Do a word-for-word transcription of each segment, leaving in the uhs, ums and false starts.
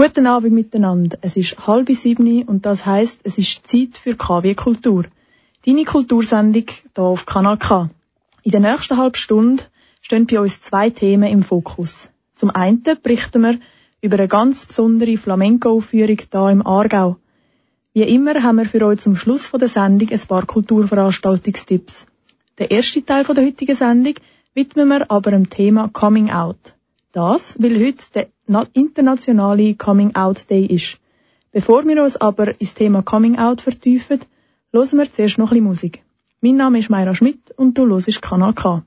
Guten Abend miteinander. Es ist halb sieben und das heisst, es ist Zeit für K wie Kultur. Deine Kultursendung hier auf Kanal K. In der nächsten halben Stunde stehen bei uns zwei Themen im Fokus. Zum einen berichten wir über eine ganz besondere Flamenco-Aufführung hier im Aargau. Wie immer haben wir für euch zum Schluss der Sendung ein paar Kulturveranstaltungstipps. Den ersten Teil der heutigen Sendung widmen wir aber dem Thema Coming Out. Das, weil heute der internationale Coming Out Day ist. Bevor wir uns aber ins Thema Coming Out vertiefen, hören wir zuerst noch ein bisschen Musik. Mein Name ist Mayra Schmidt und du hörst Kanal K.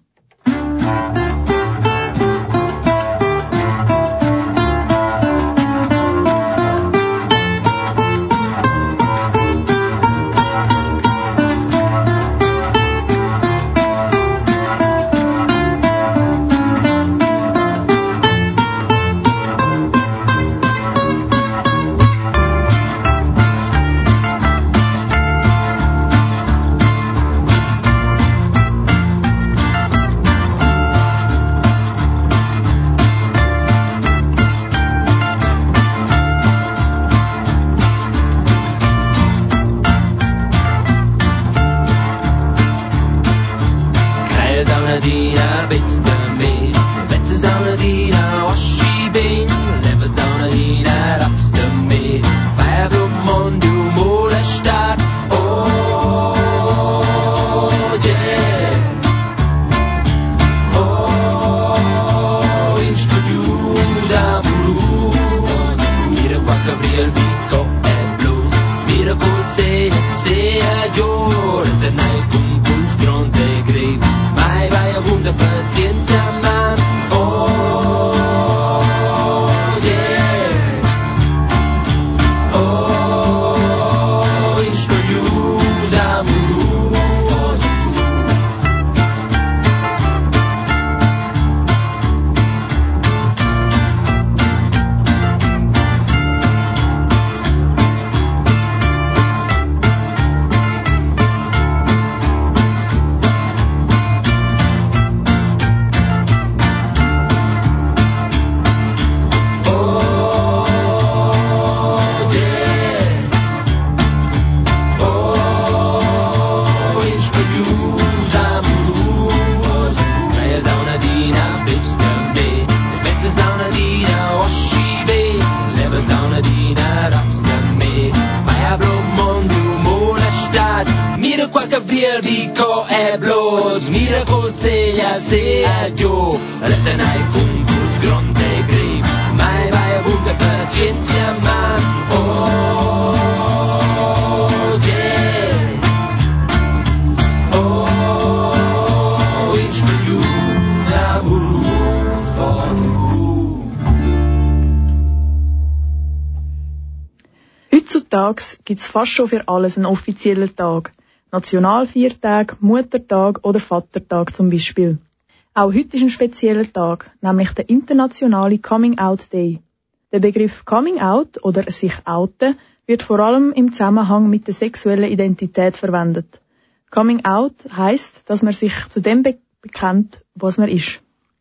Heutzutage gibt es fast schon für alles einen offiziellen Tag. Nationalviertag, Muttertag oder Vatertag zum Beispiel. Auch heute ist ein spezieller Tag, nämlich der internationale Coming Out Day. Der Begriff Coming Out oder sich outen wird vor allem im Zusammenhang mit der sexuellen Identität verwendet. Coming Out heisst, dass man sich zu dem be- bekennt, was man ist.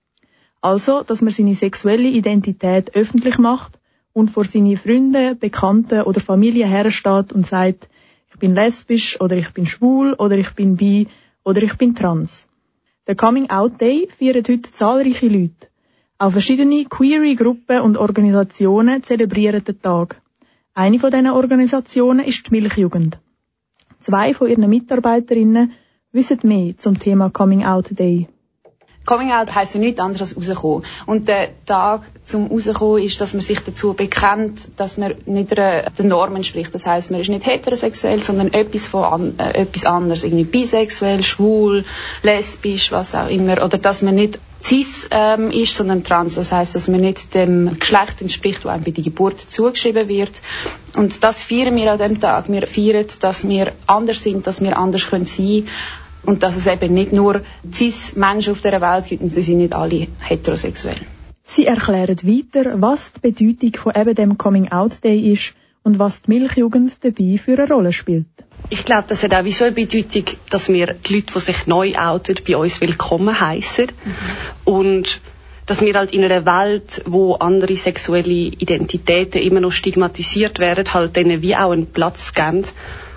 Also, dass man seine sexuelle Identität öffentlich macht und vor seine Freunde, Bekannten oder Familie hersteht und sagt, ich bin lesbisch oder ich bin schwul oder ich bin bi oder ich bin trans. Der Coming Out Day feiern heute zahlreiche Leute. Auch verschiedene queere Gruppen und Organisationen zelebrieren den Tag. Eine von diesen Organisationen ist die Milchjugend. Zwei von ihren Mitarbeiterinnen wissen mehr zum Thema Coming Out Day. Coming Out heisst ja nichts anderes als rauskommen. Und der Tag zum Rauskommen ist, dass man sich dazu bekennt, dass man nicht der, der Norm entspricht. Das heisst, man ist nicht heterosexuell, sondern etwas, von an, äh, etwas anderes. Irgendwie bisexuell, schwul, lesbisch, was auch immer. Oder dass man nicht cis ähm, ist, sondern trans. Das heisst, dass man nicht dem Geschlecht entspricht, das einem bei der Geburt zugeschrieben wird. Und das feiern wir an diesem Tag. Wir feiern, dass wir anders sind, dass wir anders sein können. Und dass es eben nicht nur cis-Menschen auf dieser Welt gibt und sie sind nicht alle heterosexuell. Sie erklären weiter, was die Bedeutung von eben dem Coming Out Day ist und was die Milchjugend dabei für eine Rolle spielt. Ich glaube, das hat auch wie so eine Bedeutung, dass wir die Leute, die sich neu outen, bei uns willkommen heissen. Mhm. Und dass wir halt in einer Welt, wo andere sexuelle Identitäten immer noch stigmatisiert werden, halt denen wie auch einen Platz geben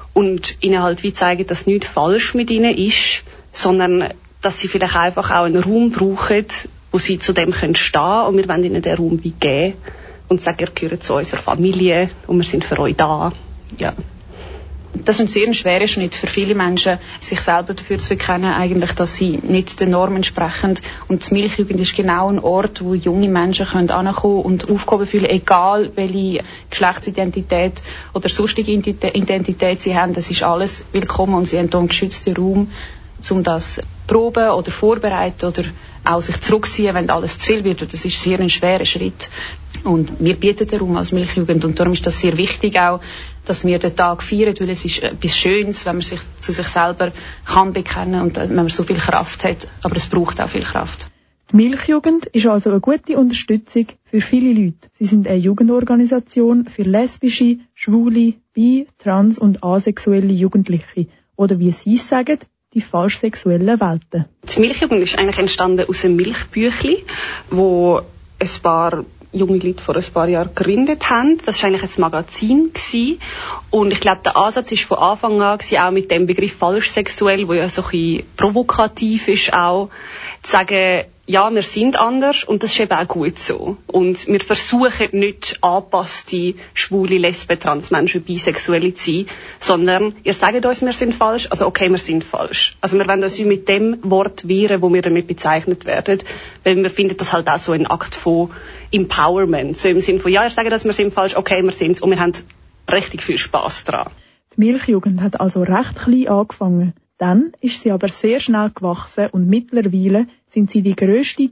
und ihnen halt wie zeigen, dass nichts falsch mit ihnen ist, sondern dass sie vielleicht einfach auch einen Raum brauchen, wo sie zu dem stehen können und wir wollen ihnen den Raum wie geben und sagen, ihr gehört zu unserer Familie und wir sind für euch da. Ja. Das ist ein sehr schwerer Schritt für viele Menschen, sich selber dafür zu bekennen, eigentlich, dass sie nicht den Normen entsprechen. Und die Milchjugend ist genau ein Ort, wo junge Menschen können ankommen und aufgehoben fühlen, egal welche Geschlechtsidentität oder sonstige Identität sie haben. Das ist alles willkommen und sie haben hier einen geschützten Raum, um das zu proben oder vorbereiten oder auch sich zurückziehen, wenn alles zu viel wird. Und das ist sehr ein schwerer Schritt. Und wir bieten den Raum als Milchjugend und darum ist das sehr wichtig auch, dass wir den Tag feiern, weil es ist etwas Schönes, wenn man sich zu sich selber kann bekennen und wenn man so viel Kraft hat. Aber es braucht auch viel Kraft. Die Milchjugend ist also eine gute Unterstützung für viele Leute. Sie sind eine Jugendorganisation für lesbische, schwule, bi-, trans- und asexuelle Jugendliche. Oder wie sie es sagen, die falsch sexuellen Welten. Die Milchjugend ist eigentlich entstanden aus einem Milchbüchli, wo ein paar junge Leute vor ein paar Jahren gegründet haben. Das war eigentlich ein Magazin gewesen. Und ich glaube, der Ansatz war von Anfang an gewesen, auch mit dem Begriff falsch sexuell, der ja so ein bisschen provokativ ist, auch zu sagen, ja, wir sind anders und das ist eben auch gut so. Und wir versuchen nicht angepasste schwule, lesben, Transmenschen, Bisexuelle zu sein, sondern ihr sagt uns, wir sind falsch, also okay, wir sind falsch. Also wir wollen uns mit dem Wort wehren, wo wir damit bezeichnet werden, weil wir finden das halt auch so ein Akt von Empowerment. So im Sinne von, ja, ihr sagt uns, wir sind falsch, okay, wir sind's und wir haben richtig viel Spass daran. Die Milchjugend hat also recht klein angefangen. Dann ist sie aber sehr schnell gewachsen und mittlerweile sind sie die grösste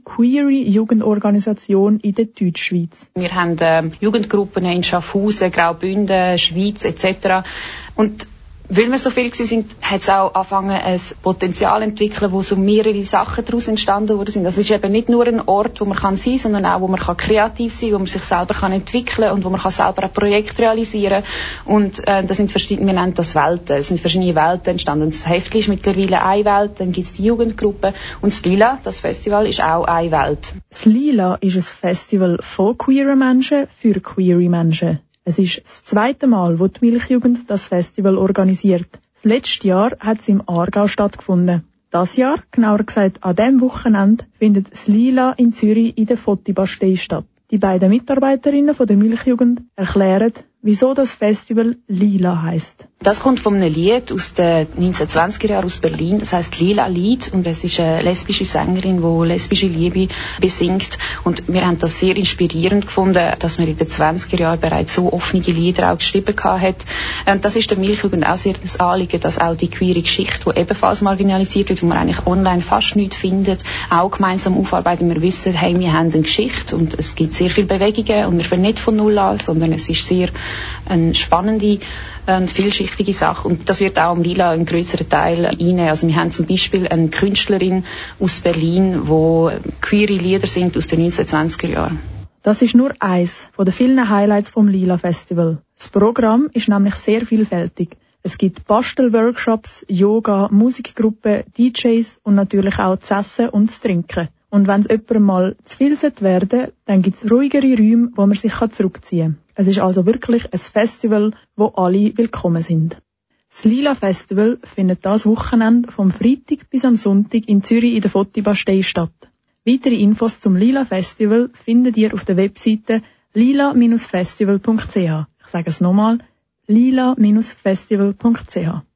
Queer-Jugendorganisation in der Deutschschweiz. Wir haben äh, Jugendgruppen in Schaffhausen, Graubünden, Schweiz et cetera. Und weil wir so viel sind, hat es auch angefangen, ein Potenzial zu entwickeln, wo so mehrere Sachen daraus entstanden worden sind. Das ist eben nicht nur ein Ort, wo man kann sein kann, sondern auch, wo man kann kreativ sein kann, wo man sich selber kann entwickeln und wo man kann selber ein Projekt realisieren kann. Und äh, das sind verschiedene, wir nennen das Welten. Es sind verschiedene Welten entstanden. Das Heftli ist mittlerweile eine Welt, dann gibt es die Jugendgruppe. Und das Lila, das Festival, ist auch eine Welt. Das Lila ist ein Festival von queeren Menschen für queere Menschen. Es ist das zweite Mal, wo die Milchjugend das Festival organisiert. Das letzte Jahr hat es im Aargau stattgefunden. Das Jahr, genauer gesagt an diesem Wochenende, findet das Lila in Zürich in der Foti-Bastei statt. Die beiden Mitarbeiterinnen von der Milchjugend erklären, wieso das Festival Lila heisst. Das kommt von einem Lied aus den neunzehnhundertzwanziger Jahren aus Berlin. Das heisst Lila Lied und es ist eine lesbische Sängerin, die lesbische Liebe besingt. Und wir haben das sehr inspirierend gefunden, dass man in den zwanziger Jahren bereits so offene Lieder auch geschrieben hat. Das ist der Milchjugend auch sehr das Anliegen, dass auch die queere Geschichte, die ebenfalls marginalisiert wird, wo man eigentlich online fast nichts findet, auch gemeinsam aufarbeiten. Wir wissen, hey, wir haben eine Geschichte und es gibt sehr viele Bewegungen und wir fangen nicht von Null an, sondern es ist sehr eine spannende, eine vielschichtige Sache. Und das wird auch am Lila einen grösseren Teil einnehmen. Also wir haben zum Beispiel eine Künstlerin aus Berlin, die queere Lieder singt aus den neunzehnhundertzwanziger Jahren. Das ist nur eins von den vielen Highlights vom Lila Festival. Das Programm ist nämlich sehr vielfältig. Es gibt Bastelworkshops, Yoga, Musikgruppen, D Js und natürlich auch das Essen und das Trinken. Und wenn es jemandem mal zu viel werden sollte, dann gibt es ruhigere Räume, wo man sich zurückziehen kann. Es ist also wirklich ein Festival, wo alle willkommen sind. Das Lila Festival findet das Wochenende vom Freitag bis am Sonntag in Zürich in der Foti-Bastei statt. Weitere Infos zum Lila Festival findet ihr auf der Webseite lila Bindestrich festival Punkt c h. Ich sage es nochmal, lila Bindestrich festival Punkt c h.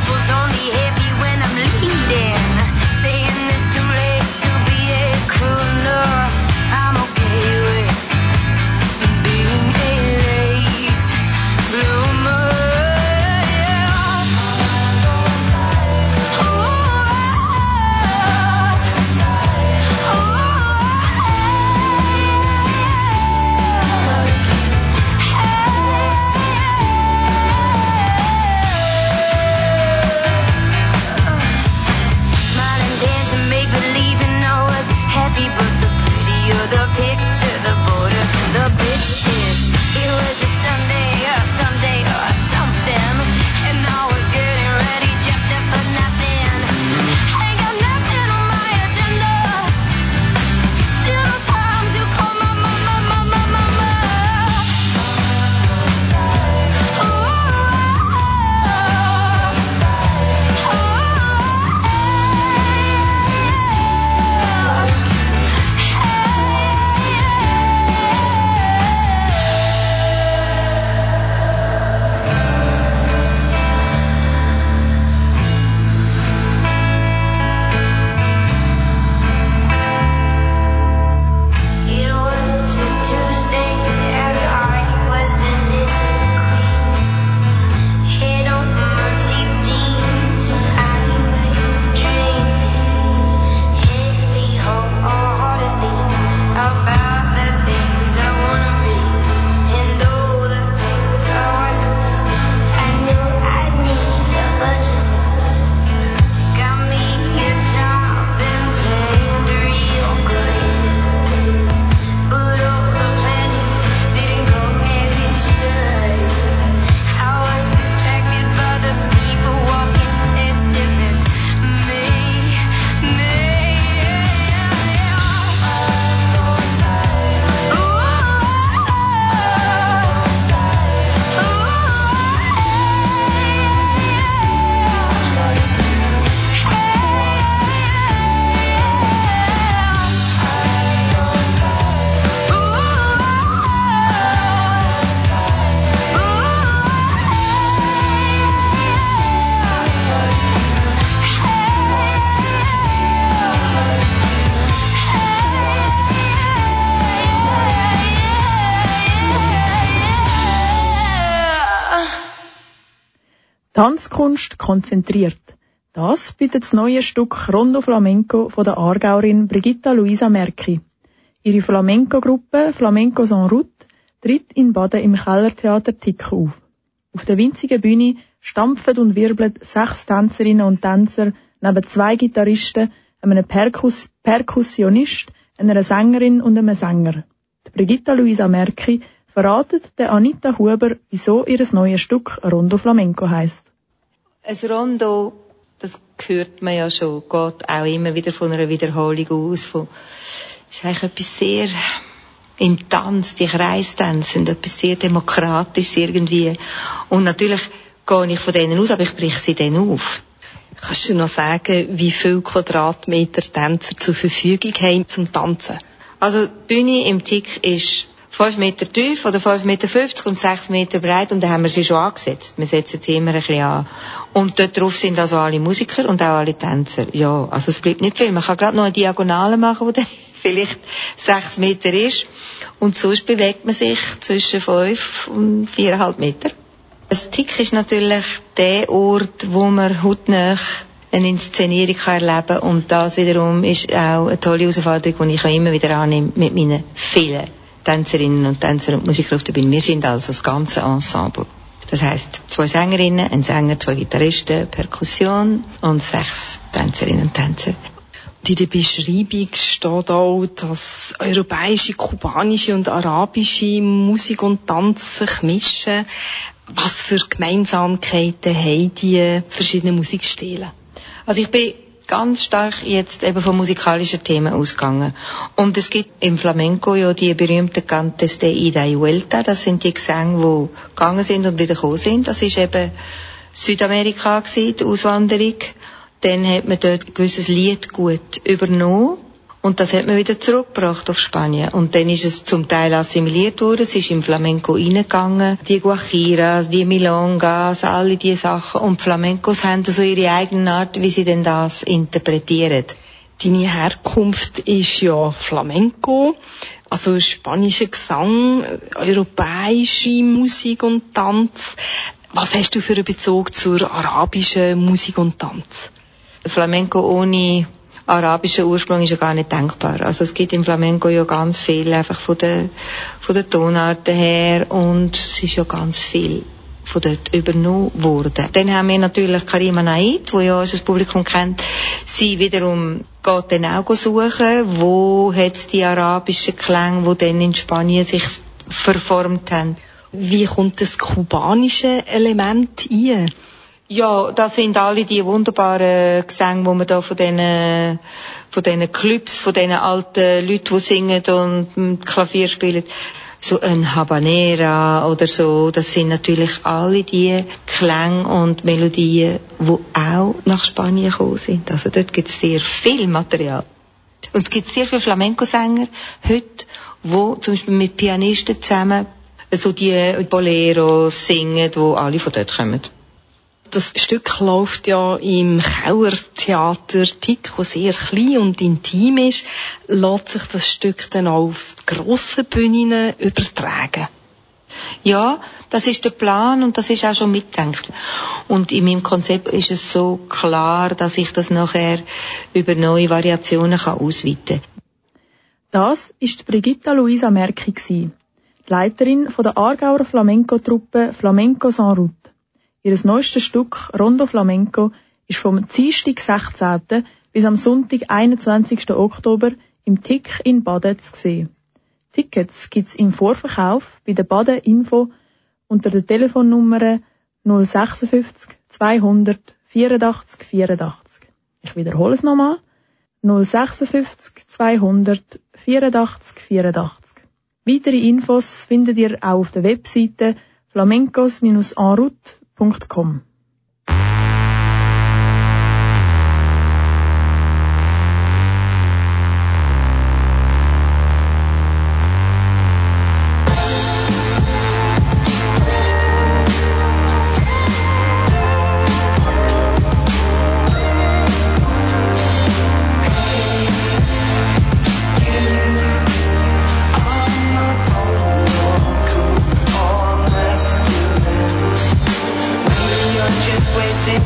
Saying it's too late to be a cruel Tanzkunst konzentriert. Das bietet das neue Stück Rondo Flamenco von der Aargauerin Brigitta Luisa Merki. Ihre Flamenco-Gruppe Flamenco en route tritt in Baden im Kellertheater Tick auf. Auf der winzigen Bühne stampfen und wirbeln sechs Tänzerinnen und Tänzer neben zwei Gitarristen, einem Perkus- Perkussionist, einer Sängerin und einem Sänger. Die Brigitta Luisa Merki verratet der Anita Huber, wieso ihr neues Stück Rondo Flamenco heisst. Ein Rondo, das hört man ja schon, geht auch immer wieder von einer Wiederholung aus. Von, ist eigentlich etwas sehr im Tanz, die Kreistänze sind etwas sehr Demokratisches irgendwie. Und natürlich gehe ich von denen aus, aber ich breche sie dann auf. Kannst du noch sagen, wie viele Quadratmeter Tänzer zur Verfügung haben zum Tanzen? Also die Bühne im Tick ist fünf Meter tief oder fünf Meter fünfzig und sechs Meter breit und da haben wir sie schon angesetzt. Wir setzen sie immer ein bisschen an. Und dort drauf sind also alle Musiker und auch alle Tänzer. Ja, also es bleibt nicht viel. Man kann gerade noch eine Diagonale machen, die vielleicht sechs Meter ist. Und sonst bewegt man sich zwischen fünf und viereinhalb Meter. Das Tick ist natürlich der Ort, wo man hautnah eine Inszenierung erleben kann. Und das wiederum ist auch eine tolle Herausforderung, die ich auch immer wieder annehme mit meinen vielen Tänzerinnen und Tänzer und Musiker auf der Bühne. Wir sind also das ganze Ensemble. Das heisst, zwei Sängerinnen, ein Sänger, zwei Gitarristen, Perkussion und sechs Tänzerinnen und Tänzer. In der Beschreibung steht auch, dass europäische, kubanische und arabische Musik und Tanz sich mischen. Was für Gemeinsamkeiten haben die verschiedenen Musikstile? Also ich bin ganz stark jetzt eben von musikalischen Themen ausgegangen. Und es gibt im Flamenco ja die berühmten Cantes de Ida y Vuelta. Das sind die Gesänge, die gegangen sind und wieder gekommen sind. Das ist eben Südamerika gewesen, die Auswanderung. Dann hat man dort ein gewisses Liedgut übernommen. Und das hat man wieder zurückgebracht auf Spanien. Und dann ist es zum Teil assimiliert worden. Es ist im Flamenco reingegangen. Die Guajiras, die Milongas, alle diese Sachen. Und Flamencos haben so ihre eigene Art, wie sie denn das interpretieren. Deine Herkunft ist ja Flamenco, also spanischer Gesang, europäische Musik und Tanz. Was hast du für einen Bezug zur arabischen Musik und Tanz? Flamenco ohne arabischen Ursprung ist ja gar nicht denkbar. Also es gibt im Flamenco ja ganz viel einfach von der, von der Tonarten her und es ist ja ganz viel von dort übernommen worden. Dann haben wir natürlich Karima Naid, die ja unser Publikum kennt. Sie wiederum geht dann auch suchen, wo hat es die arabischen Klänge, die dann in Spanien sich verformt haben. Wie kommt das kubanische Element ein? Ja, das sind alle die wunderbaren Gesänge, die man da von diesen, von diesen Clubs, von diesen alten Leuten, die singen und Klavier spielen. So ein Habanera oder so, das sind natürlich alle die Klänge und Melodien, die auch nach Spanien gekommen sind. Also dort gibt es sehr viel Material. Und es gibt sehr viele Flamenco-Sänger heute, die zum Beispiel mit Pianisten zusammen so die Boleros singen, die alle von dort kommen. Das Stück läuft ja im Kellertheater Tick, das sehr klein und intim ist. Lässt sich das Stück dann auch auf die grossen Bühnen übertragen? Ja, das ist der Plan und das ist auch schon mitgedacht. Und in meinem Konzept ist es so klar, dass ich das nachher über neue Variationen kann ausweiten kann. Das war Brigitta Luisa Merki, die Leiterin von der Aargauer Flamenco-Truppe Flamenco en route. Ihr neuestes Stück Rondo Flamenco ist vom Dienstag sechzehnten bis am Sonntag einundzwanzigsten Oktober im Tick in Baden zu sehen. Tickets gibt's im Vorverkauf bei der Baden Info unter der Telefonnummer null fünf sechs zweihundert vierundachtzig vierundachtzig. Ich wiederhole es nochmal. null fünf sechs zweihundert vierundachtzig vierundachtzig. Weitere Infos findet ihr auch auf der Webseite flamencos en route punkt com. Your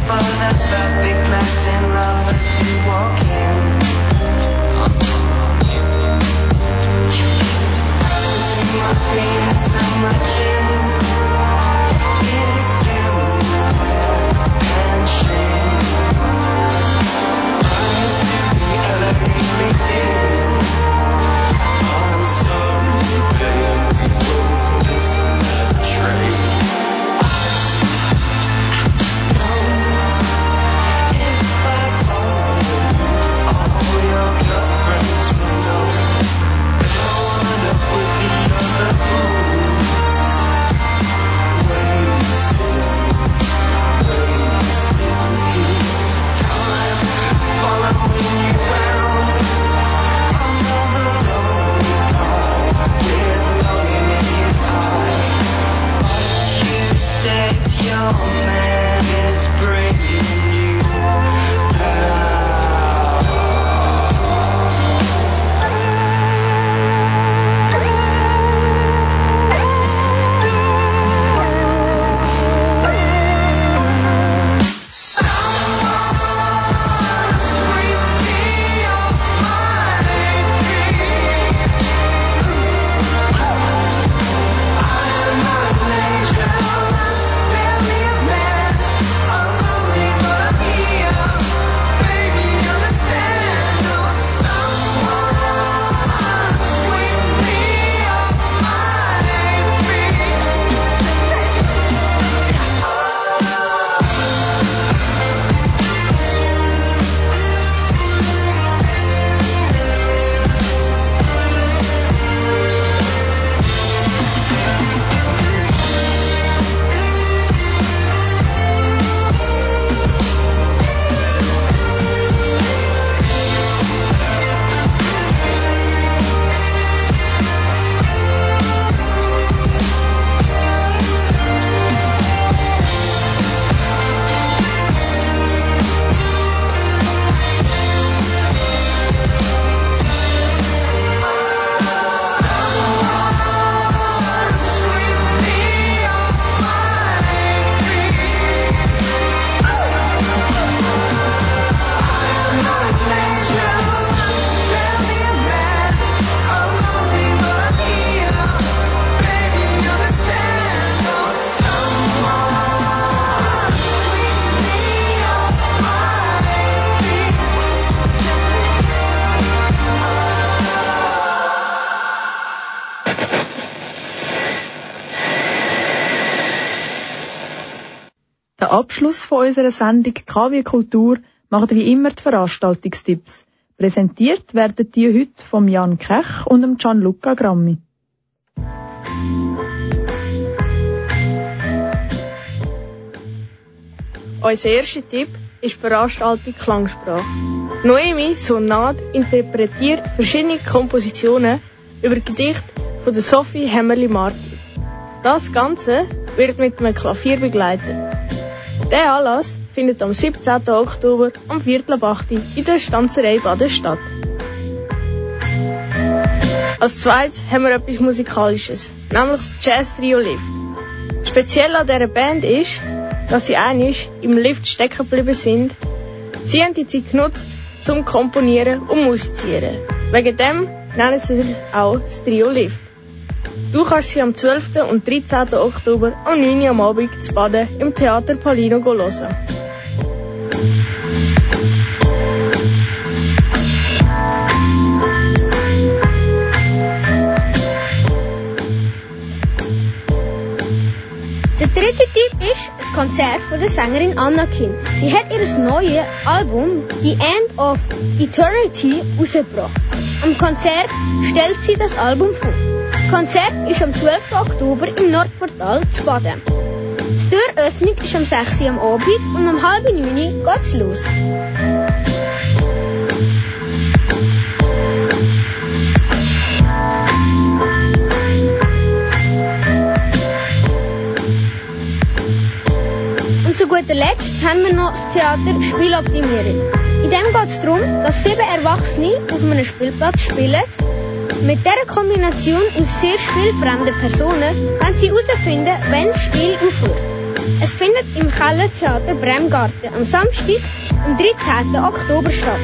Den Abschluss von unserer Sendung K wie Kultur machen wie immer die Veranstaltungstipps. Präsentiert werden die heute von Jan Kech und dem Gianluca Grammi. Unser erster Tipp ist die Veranstaltung Klangsprache. Noemi Sonat interpretiert verschiedene Kompositionen über Gedichte von der Sophie Hämmerli-Martin. Das Ganze wird mit einem Klavier begleitet. Der Anlass findet am siebzehnten Oktober am Viertel ab acht in der Stanzerei Baden statt. Als zweites haben wir etwas Musikalisches, nämlich das Jazz-Trio Lift. Speziell an dieser Band ist, dass sie einmal im Lift stecken geblieben sind. Sie haben die Zeit genutzt, zum Komponieren und Musizieren. Wegen dem nennen sie sich auch das Trio Lift. Du kannst sie am zwölften und dreizehnten Oktober am neun Uhr am Abend zu Baden im Theater Palino hören. Der dritte Tipp ist das Konzert von der Sängerin Anna Kind. Sie hat ihr neues Album The End of Eternity rausgebracht. Am Konzert stellt sie das Album vor. Das Konzert ist am zwölften Oktober im Nordportal zu Baden. Die Türöffnung ist um sechs Uhr am Abend und um halb neun Uhr geht's los. Und zu guter Letzt haben wir noch das Theater Spieloptimierung. In dem geht es darum, dass sieben Erwachsene auf einem Spielplatz spielen. Mit dieser Kombination aus sehr spielfremden Personen wollen sie herausfinden, wenn das Spiel aufhört. Es findet im Kellertheater Bremgarten am Samstag, am dreizehnten Oktober statt.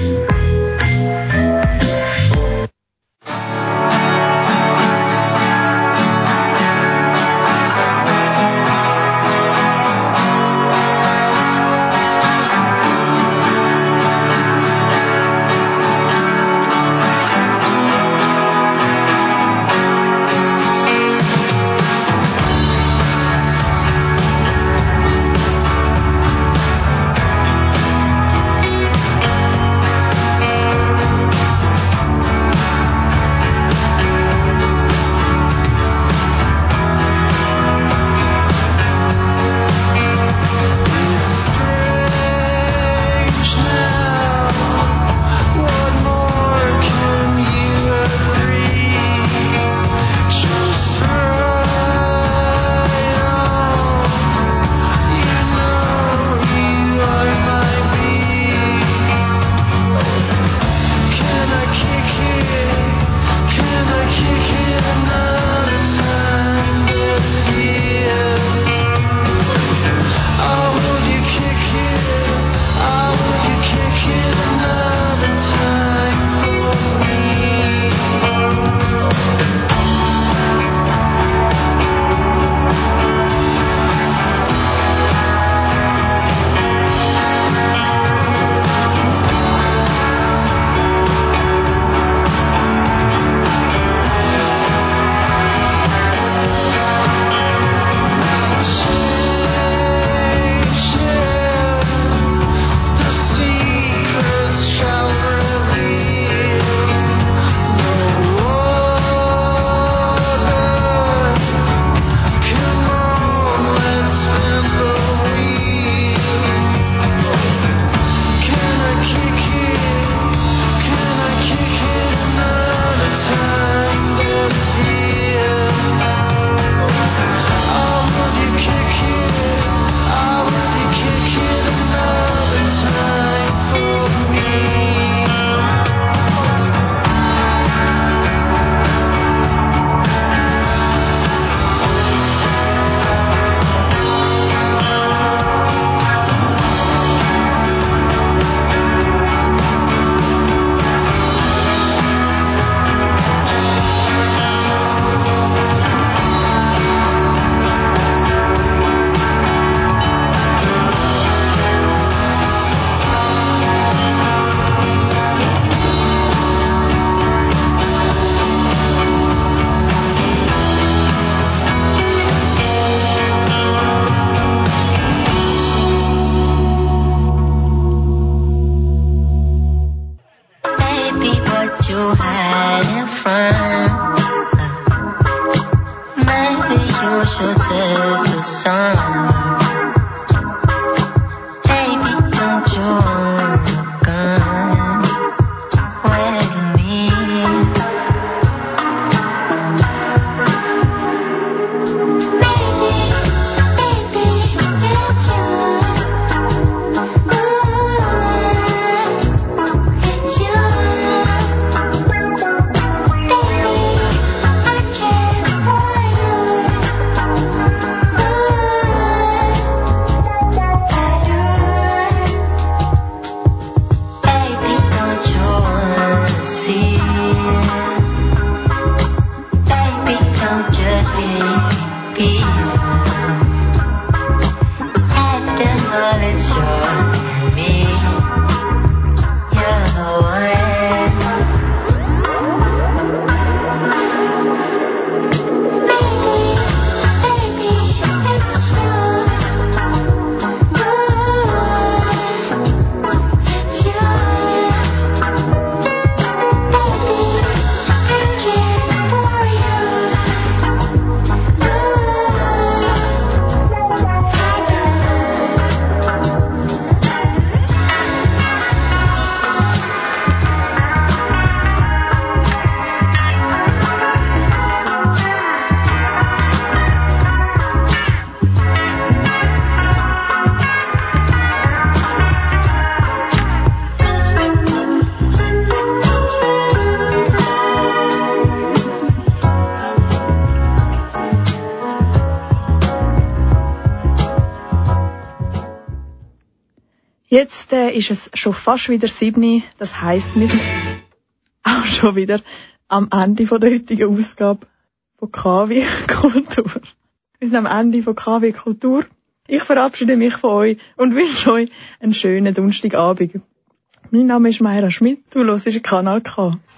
Jetzt äh, ist es schon fast wieder sieben. Das heisst, wir sind auch schon wieder am Ende von der heutigen Ausgabe von K W Kultur. Wir sind am Ende von K W Kultur. Ich verabschiede mich von euch und wünsche euch einen schönen Donnerstagabend. Mein Name ist Mayra Schmidt, du hörst Kanal K.